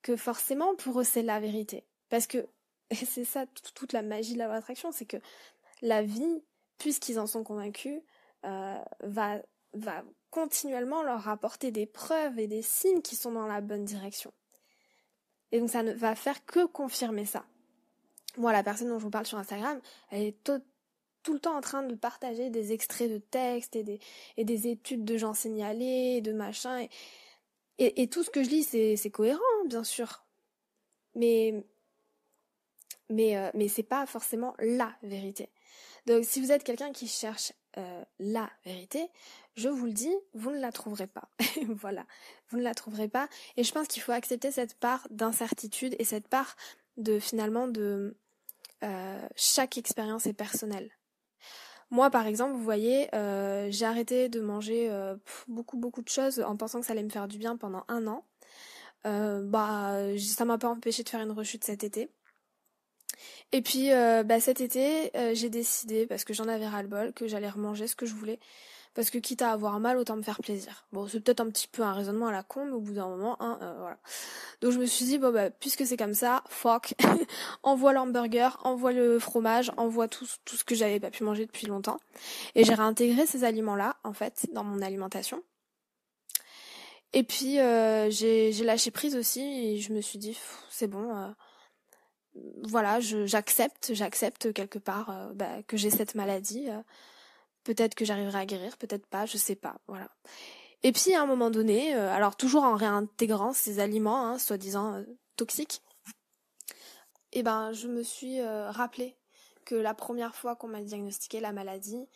que forcément pour eux c'est la vérité. Parce que et c'est ça toute la magie de la loi d'attraction, c'est que la vie, puisqu'ils en sont convaincus, euh, va, va continuellement leur apporter des preuves et des signes qui sont dans la bonne direction. Et donc ça ne va faire que confirmer ça. Moi, la personne dont je vous parle sur Instagram, elle est tout, tout le temps en train de partager des extraits de textes et des, et des études de gens signalés, et de machin. Et, et, et tout ce que je lis, c'est, c'est cohérent, bien sûr. Mais, mais, euh, mais c'est pas forcément la vérité. Donc si vous êtes quelqu'un qui cherche euh, la vérité, je vous le dis, vous ne la trouverez pas. Voilà, vous ne la trouverez pas. Et je pense qu'il faut accepter cette part d'incertitude et cette part de finalement de euh, chaque expérience est personnelle. Moi par exemple, vous voyez, euh, j'ai arrêté de manger euh, beaucoup beaucoup de choses en pensant que ça allait me faire du bien pendant un an. Euh, bah ça m'a pas empêché de faire une rechute cet été. Et puis euh, bah, cet été, euh, j'ai décidé, parce que j'en avais ras-le-bol, que j'allais remanger ce que je voulais. Parce que quitte à avoir mal, autant me faire plaisir. Bon, c'est peut-être un petit peu un raisonnement à la con, mais au bout d'un moment, hein, euh, voilà. Donc je me suis dit, bon bah, puisque c'est comme ça, fuck, envoie l'hamburger, envoie le fromage, envoie tout, tout ce que j'avais pas pu manger depuis longtemps. Et j'ai réintégré ces aliments-là, en fait, dans mon alimentation. Et puis, euh, j'ai, j'ai lâché prise aussi, et je me suis dit, c'est bon... Euh, voilà, je, j'accepte, j'accepte quelque part euh, bah, que j'ai cette maladie. Euh, peut-être que j'arriverai à guérir, peut-être pas, je sais pas, voilà. Et puis à un moment donné, euh, alors toujours en réintégrant ces aliments, hein, soi-disant euh, toxiques, et ben je me suis euh, rappelé que la première fois qu'on m'a diagnostiqué la maladie,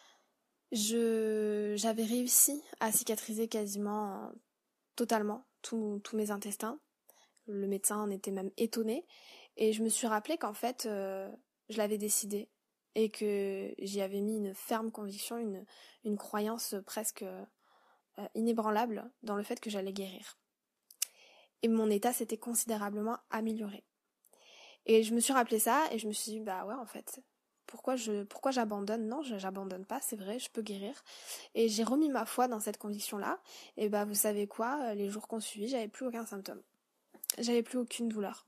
je j'avais réussi à cicatriser quasiment euh, totalement tous tous mes intestins. Le médecin en était même étonné. Et je me suis rappelé qu'en fait, euh, je l'avais décidé et que j'y avais mis une ferme conviction, une, une croyance presque euh, inébranlable dans le fait que j'allais guérir. Et mon état s'était considérablement amélioré. Et je me suis rappelé ça et je me suis dit, bah ouais, en fait, pourquoi je, pourquoi j'abandonne? Non, je, j'abandonne pas, c'est vrai, je peux guérir. Et j'ai remis ma foi dans cette conviction-là. Et bah vous savez quoi, les jours qu'on suivit, j'avais plus aucun symptôme. J'avais plus aucune douleur.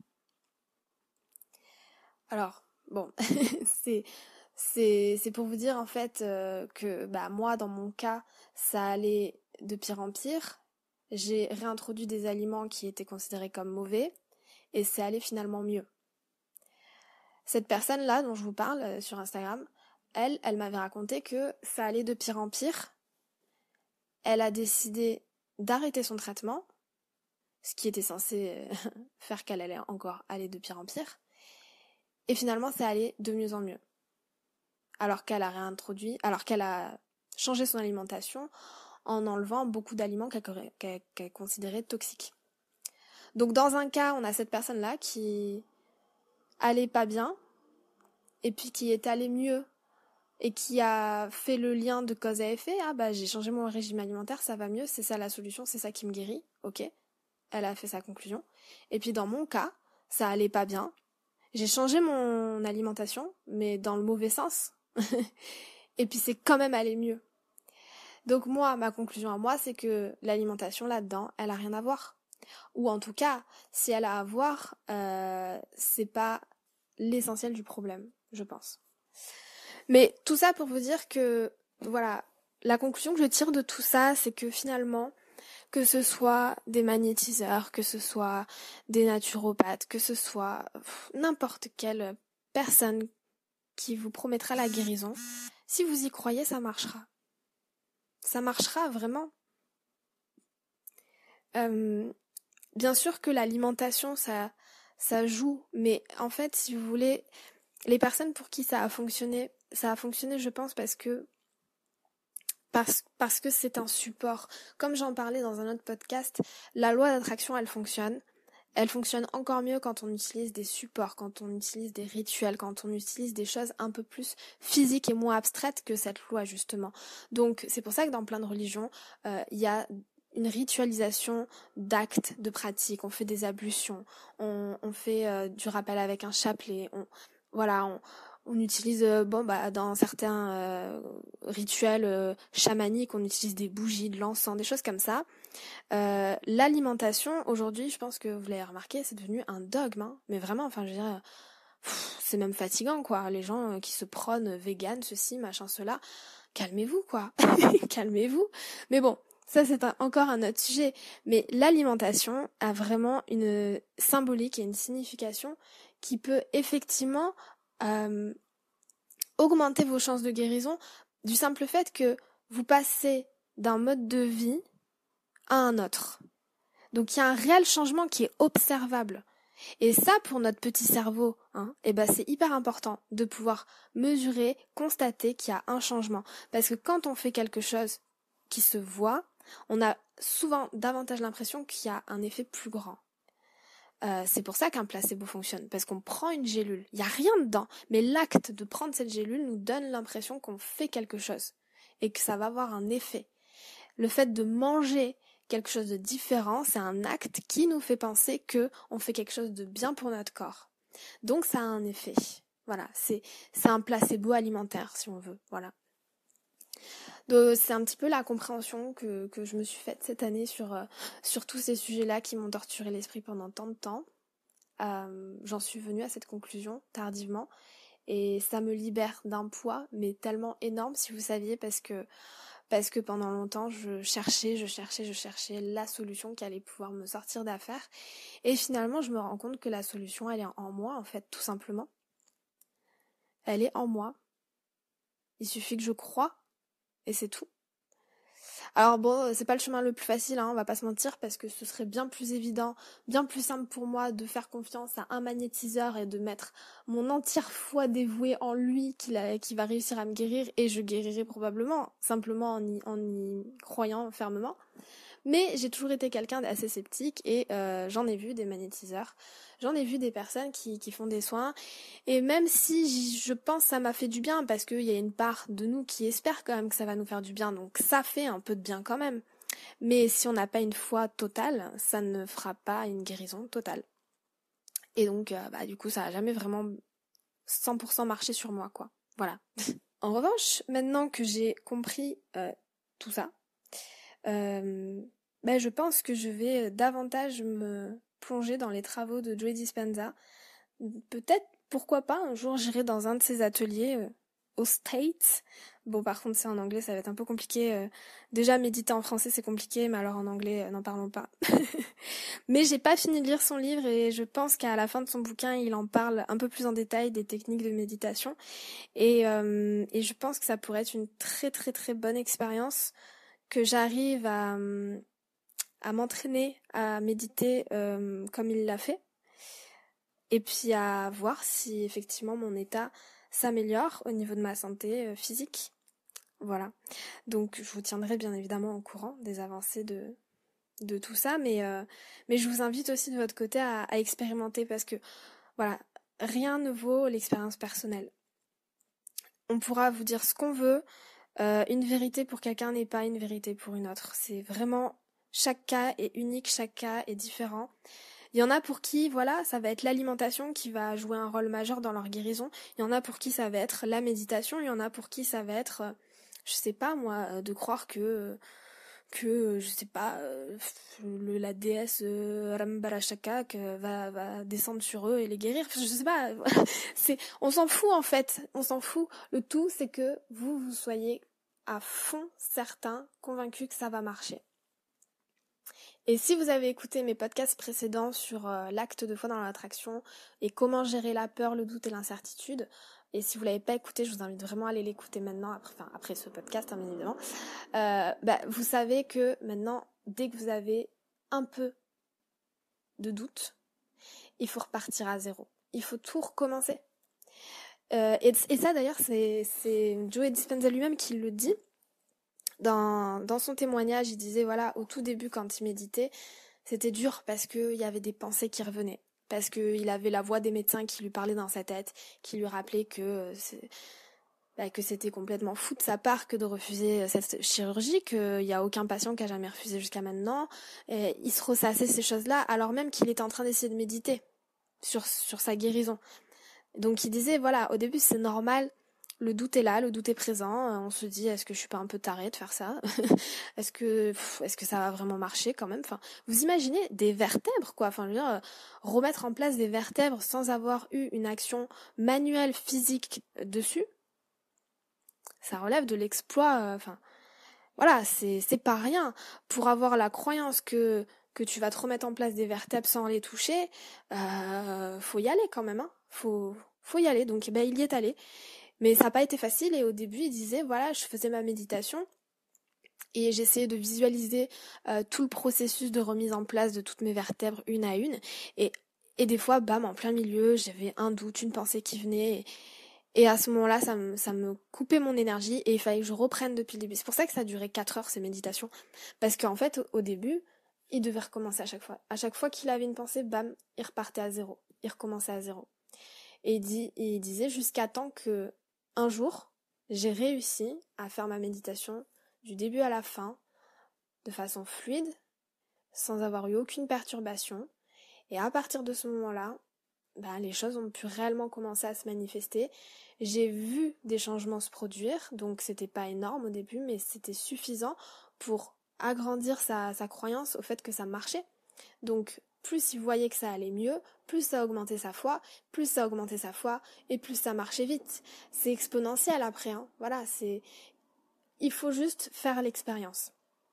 Alors, bon, c'est, c'est, c'est pour vous dire en fait euh, que bah, moi, dans mon cas, ça allait de pire en pire. J'ai réintroduit des aliments qui étaient considérés comme mauvais et c'est allé finalement mieux. Cette personne-là dont je vous parle euh, sur Instagram, elle, elle m'avait raconté que ça allait de pire en pire. Elle a décidé d'arrêter son traitement, ce qui était censé faire qu'elle allait encore aller de pire en pire. Et finalement, ça allait de mieux en mieux. Alors qu'elle a réintroduit, alors qu'elle a changé son alimentation en enlevant beaucoup d'aliments qu'elle, qu'elle, qu'elle considérait toxiques. Donc dans un cas, on a cette personne-là qui allait pas bien, et puis qui est allée mieux, et qui a fait le lien de cause à effet. Ah bah j'ai changé mon régime alimentaire, ça va mieux, c'est ça la solution, c'est ça qui me guérit. Ok, elle a fait sa conclusion. Et puis dans mon cas, ça allait pas bien. J'ai changé mon alimentation, mais dans le mauvais sens. Et puis c'est quand même allé mieux. Donc moi, ma conclusion à moi, c'est que l'alimentation là-dedans, elle a rien à voir. Ou en tout cas, si elle a à voir, euh, c'est pas l'essentiel du problème, je pense. Mais tout ça pour vous dire que, voilà, la conclusion que je tire de tout ça, c'est que finalement, que ce soit des magnétiseurs, que ce soit des naturopathes, que ce soit pff, n'importe quelle personne qui vous promettra la guérison, si vous y croyez, ça marchera. Ça marchera vraiment. Euh, bien sûr que l'alimentation, ça, ça joue, mais en fait, si vous voulez, les personnes pour qui ça a fonctionné, ça a fonctionné, je pense, parce que Parce, parce que c'est un support. Comme j'en parlais dans un autre podcast, la loi d'attraction, elle fonctionne. Elle fonctionne encore mieux quand on utilise des supports, quand on utilise des rituels, quand on utilise des choses un peu plus physiques et moins abstraites que cette loi, justement. Donc, c'est pour ça que dans plein de religions, il euh, y a une ritualisation d'actes, de pratiques. On fait des ablutions, on, on fait euh, du rappel avec un chapelet, on, voilà, on, on utilise, euh, bon, bah, dans certains euh, rituels euh, chamaniques, on utilise des bougies, de l'encens, des choses comme ça. Euh, l'alimentation, aujourd'hui, je pense que vous l'avez remarqué, c'est devenu un dogme, hein. Mais vraiment, enfin, je dirais, pff, c'est même fatigant, quoi. Les gens euh, qui se prônent vegan, ceci, machin, cela. Calmez-vous, quoi. Calmez-vous. Mais bon, ça, c'est un, encore un autre sujet. Mais l'alimentation a vraiment une symbolique et une signification qui peut effectivement euh, augmenter vos chances de guérison du simple fait que vous passez d'un mode de vie à un autre. Donc il y a un réel changement qui est observable. Et ça, pour notre petit cerveau, hein, eh ben c'est hyper important de pouvoir mesurer, constater qu'il y a un changement. Parce que quand on fait quelque chose qui se voit, on a souvent davantage l'impression qu'il y a un effet plus grand. Euh, c'est pour ça qu'un placebo fonctionne, parce qu'on prend une gélule, il n'y a rien dedans, mais l'acte de prendre cette gélule nous donne l'impression qu'on fait quelque chose et que ça va avoir un effet. Le fait de manger quelque chose de différent, c'est un acte qui nous fait penser que on fait quelque chose de bien pour notre corps. Donc ça a un effet. Voilà, c'est c'est un placebo alimentaire si on veut. Voilà. Donc c'est un petit peu la compréhension que que je me suis faite cette année sur euh, sur tous ces sujets-là qui m'ont torturé l'esprit pendant tant de temps. Euh, j'en suis venue à cette conclusion tardivement et ça me libère d'un poids mais tellement énorme si vous saviez parce que Parce que pendant longtemps, je cherchais, je cherchais, je cherchais la solution qui allait pouvoir me sortir d'affaire. Et finalement, je me rends compte que la solution, elle est en moi, en fait, tout simplement. Elle est en moi. Il suffit que je croie, et c'est tout. Alors bon, c'est pas le chemin le plus facile, hein, on va pas se mentir, parce que ce serait bien plus évident, bien plus simple pour moi de faire confiance à un magnétiseur et de mettre mon entière foi dévouée en lui qui, la, qui va réussir à me guérir, et je guérirai probablement, simplement en y, en y croyant fermement. Mais j'ai toujours été quelqu'un d'assez sceptique et euh, j'en ai vu des magnétiseurs, j'en ai vu des personnes qui, qui font des soins et même si je pense que ça m'a fait du bien parce qu'il y a une part de nous qui espère quand même que ça va nous faire du bien, donc ça fait un peu de bien quand même. Mais si on n'a pas une foi totale, ça ne fera pas une guérison totale. Et donc euh, bah, du coup ça n'a jamais vraiment cent pour cent marché sur moi quoi. Voilà. En revanche, maintenant que j'ai compris euh, tout ça, euh, ben je pense que je vais davantage me plonger dans les travaux de Joe Dispenza. Peut-être, pourquoi pas, un jour j'irai dans un de ses ateliers euh, aux States. Bon, par contre, c'est en anglais, ça va être un peu compliqué. Euh, déjà, méditer en français, c'est compliqué, mais alors en anglais, euh, n'en parlons pas. Mais j'ai pas fini de lire son livre et je pense qu'à la fin de son bouquin, il en parle un peu plus en détail des techniques de méditation. Et, euh, et je pense que ça pourrait être une très très très bonne expérience que j'arrive à, à m'entraîner à méditer euh, comme il l'a fait et puis à voir si effectivement mon état s'améliore au niveau de ma santé euh, physique. Voilà. Donc je vous tiendrai bien évidemment au courant des avancées de, de tout ça, mais, euh, mais je vous invite aussi de votre côté à, à expérimenter parce que voilà, rien ne vaut l'expérience personnelle. On pourra vous dire ce qu'on veut, euh, une vérité pour quelqu'un n'est pas une vérité pour une autre. C'est vraiment, chaque cas est unique, chaque cas est différent. Il y en a pour qui, voilà, ça va être l'alimentation qui va jouer un rôle majeur dans leur guérison. Il y en a pour qui ça va être la méditation. Il y en a pour qui ça va être, euh, je sais pas moi, de croire que, que je sais pas, le, la déesse euh, Rambarashaka va, va descendre sur eux et les guérir. Je sais pas. c'est, on s'en fout en fait. On s'en fout. Le tout, c'est que vous, vous soyez à fond certain, convaincu que ça va marcher. Et si vous avez écouté mes podcasts précédents sur euh, l'acte de foi dans l'attraction et comment gérer la peur, le doute et l'incertitude, et si vous l'avez pas écouté, je vous invite vraiment à aller l'écouter maintenant, après, enfin, après ce podcast, hein, bien évidemment, euh, bah, vous savez que maintenant, dès que vous avez un peu de doute, il faut repartir à zéro. Il faut tout recommencer. Euh, et, et ça d'ailleurs, c'est, c'est Joe Dispenza lui-même qui le dit. Dans, dans son témoignage, il disait, voilà, au tout début, quand il méditait, c'était dur parce qu'il y avait des pensées qui revenaient. Parce qu'il avait la voix des médecins qui lui parlaient dans sa tête, qui lui rappelaient que, c'est, bah, que c'était complètement fou de sa part que de refuser cette chirurgie, qu'il n'y a aucun patient qui a jamais refusé jusqu'à maintenant. Et il se ressassait ces choses-là, alors même qu'il était en train d'essayer de méditer sur, sur sa guérison. Donc il disait, voilà, au début c'est normal, le doute est là, le doute est présent, euh, on se dit, est-ce que je suis pas un peu tarée de faire ça? Est-ce que pff, est-ce que ça va vraiment marcher quand même? Enfin, vous imaginez des vertèbres, quoi. Enfin, je veux dire, euh, remettre en place des vertèbres sans avoir eu une action manuelle, physique dessus, ça relève de l'exploit, euh, enfin, voilà, c'est c'est pas rien. Pour avoir la croyance que que tu vas te remettre en place des vertèbres sans les toucher, euh, faut y aller quand même, hein. Faut faut y aller. Donc, ben, il y est allé. Mais ça n'a pas été facile et au début, il disait, voilà, je faisais ma méditation et j'essayais de visualiser euh, tout le processus de remise en place de toutes mes vertèbres une à une. Et, et des fois, bam, en plein milieu, j'avais un doute, une pensée qui venait. Et, et à ce moment-là, ça me, ça me coupait mon énergie et il fallait que je reprenne depuis le début. C'est pour ça que ça durait quatre heures, ces méditations. Parce qu'en fait, au, au début, il devait recommencer à chaque fois. À chaque fois qu'il avait une pensée, bam, il repartait à zéro. Il recommençait à zéro. Et il, dit, et il disait jusqu'à temps que un jour, j'ai réussi à faire ma méditation du début à la fin, de façon fluide, sans avoir eu aucune perturbation. Et à partir de ce moment-là, ben, les choses ont pu réellement commencer à se manifester. J'ai vu des changements se produire, donc c'était pas énorme au début, mais c'était suffisant pour agrandir sa, sa croyance au fait que ça marchait. Donc, plus il voyait que ça allait mieux, plus ça augmentait sa foi, plus ça augmentait sa foi, et plus ça marchait vite. C'est exponentiel après, hein. Voilà, c'est... Il faut juste faire l'expérience.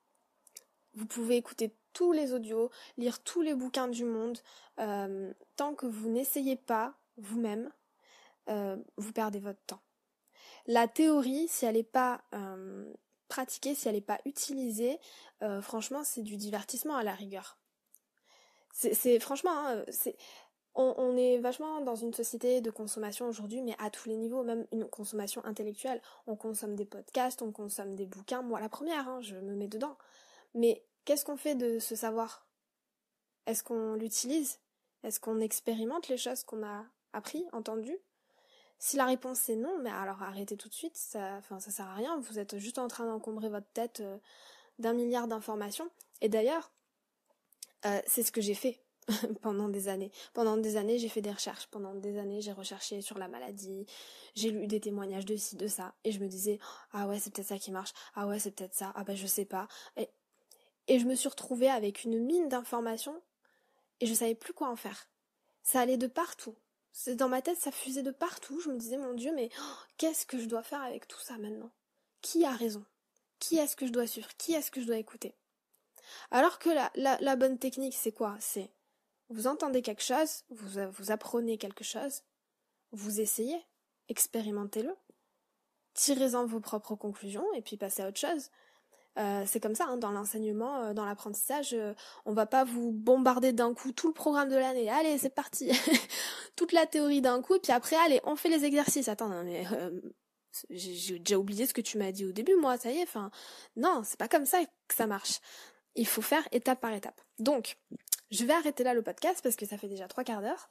Vous pouvez écouter tous les audios, lire tous les bouquins du monde, euh, tant que vous n'essayez pas vous-même, euh, vous perdez votre temps. La théorie, si elle n'est pas euh, pratiquée, si elle n'est pas utilisée, euh, franchement, c'est du divertissement à la rigueur. C'est, c'est franchement, hein, c'est, on, on est vachement dans une société de consommation aujourd'hui, mais à tous les niveaux, même une consommation intellectuelle. On consomme des podcasts, on consomme des bouquins. Moi, la première, hein, je me mets dedans. Mais qu'est-ce qu'on fait de ce savoir? Est-ce qu'on l'utilise? Est-ce qu'on expérimente les choses qu'on a appris, entendues? Si la réponse est non, mais alors arrêtez tout de suite. Ça, enfin, ça sert à rien. Vous êtes juste en train d'encombrer votre tête euh, d'un milliard d'informations. Et d'ailleurs, Euh, c'est ce que j'ai fait pendant des années. Pendant des années, j'ai fait des recherches. Pendant des années, j'ai recherché sur la maladie. J'ai lu des témoignages de ci, de ça. Et je me disais, ah ouais, c'est peut-être ça qui marche. Ah ouais, c'est peut-être ça. Ah ben, je sais pas. Et, et je me suis retrouvée avec une mine d'informations et je savais plus quoi en faire. Ça allait de partout. C'est dans ma tête, ça fusait de partout. Je me disais, mon Dieu, mais oh, qu'est-ce que je dois faire avec tout ça maintenant? Qui a raison? Qui est-ce que je dois suivre? Qui est-ce que je dois écouter? Alors que la, la, la bonne technique, c'est quoi? C'est vous entendez quelque chose, vous, vous apprenez quelque chose, vous essayez, expérimentez-le, tirez-en vos propres conclusions et puis passez à autre chose. Euh, c'est comme ça, hein, dans l'enseignement, euh, dans l'apprentissage, euh, on va pas vous bombarder d'un coup tout le programme de l'année. Allez, c'est parti, toute la théorie d'un coup, et puis après, allez, on fait les exercices. Attends, non, mais euh, j'ai, j'ai déjà oublié ce que tu m'as dit au début, moi, ça y est. Enfin, non, c'est pas comme ça que ça marche. Il faut faire étape par étape. Donc, je vais arrêter là le podcast parce que ça fait déjà trois quarts d'heure.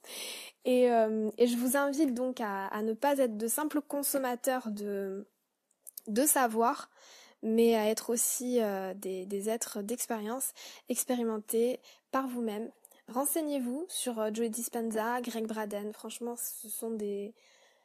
et, euh, et je vous invite donc à, à ne pas être de simples consommateurs de, de savoir, mais à être aussi euh, des, des êtres d'expérience, expérimentés par vous-même. Renseignez-vous sur euh, Joe Dispenza, Greg Braden. Franchement, ce sont des...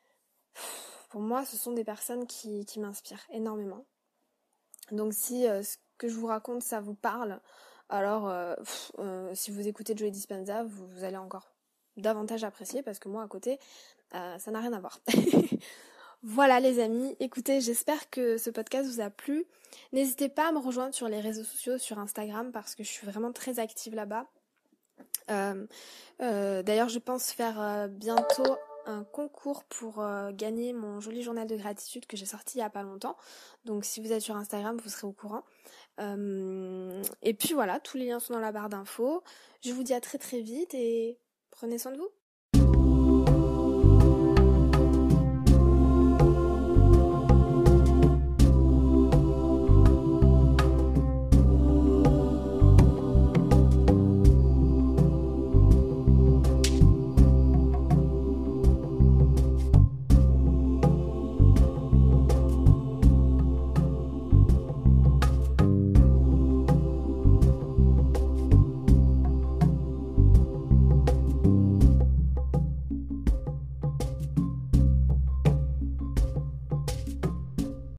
Pour moi, ce sont des personnes qui, qui m'inspirent énormément. Donc si euh, ce que je vous raconte, ça vous parle, alors euh, pff, euh, si vous écoutez Joe Dispenza, vous, vous allez encore davantage apprécier parce que moi à côté, euh, ça n'a rien à voir. Voilà les amis, écoutez, j'espère que ce podcast vous a plu. N'hésitez pas à me rejoindre sur les réseaux sociaux, sur Instagram, parce que je suis vraiment très active là-bas. Euh, euh, d'ailleurs, je pense faire euh, bientôt un concours pour euh, gagner mon joli journal de gratitude que j'ai sorti il y a pas longtemps. Donc si vous êtes sur Instagram, vous serez au courant. Euh, et puis voilà, tous les liens sont dans la barre d'infos. Je vous dis à très très vite et prenez soin de vous.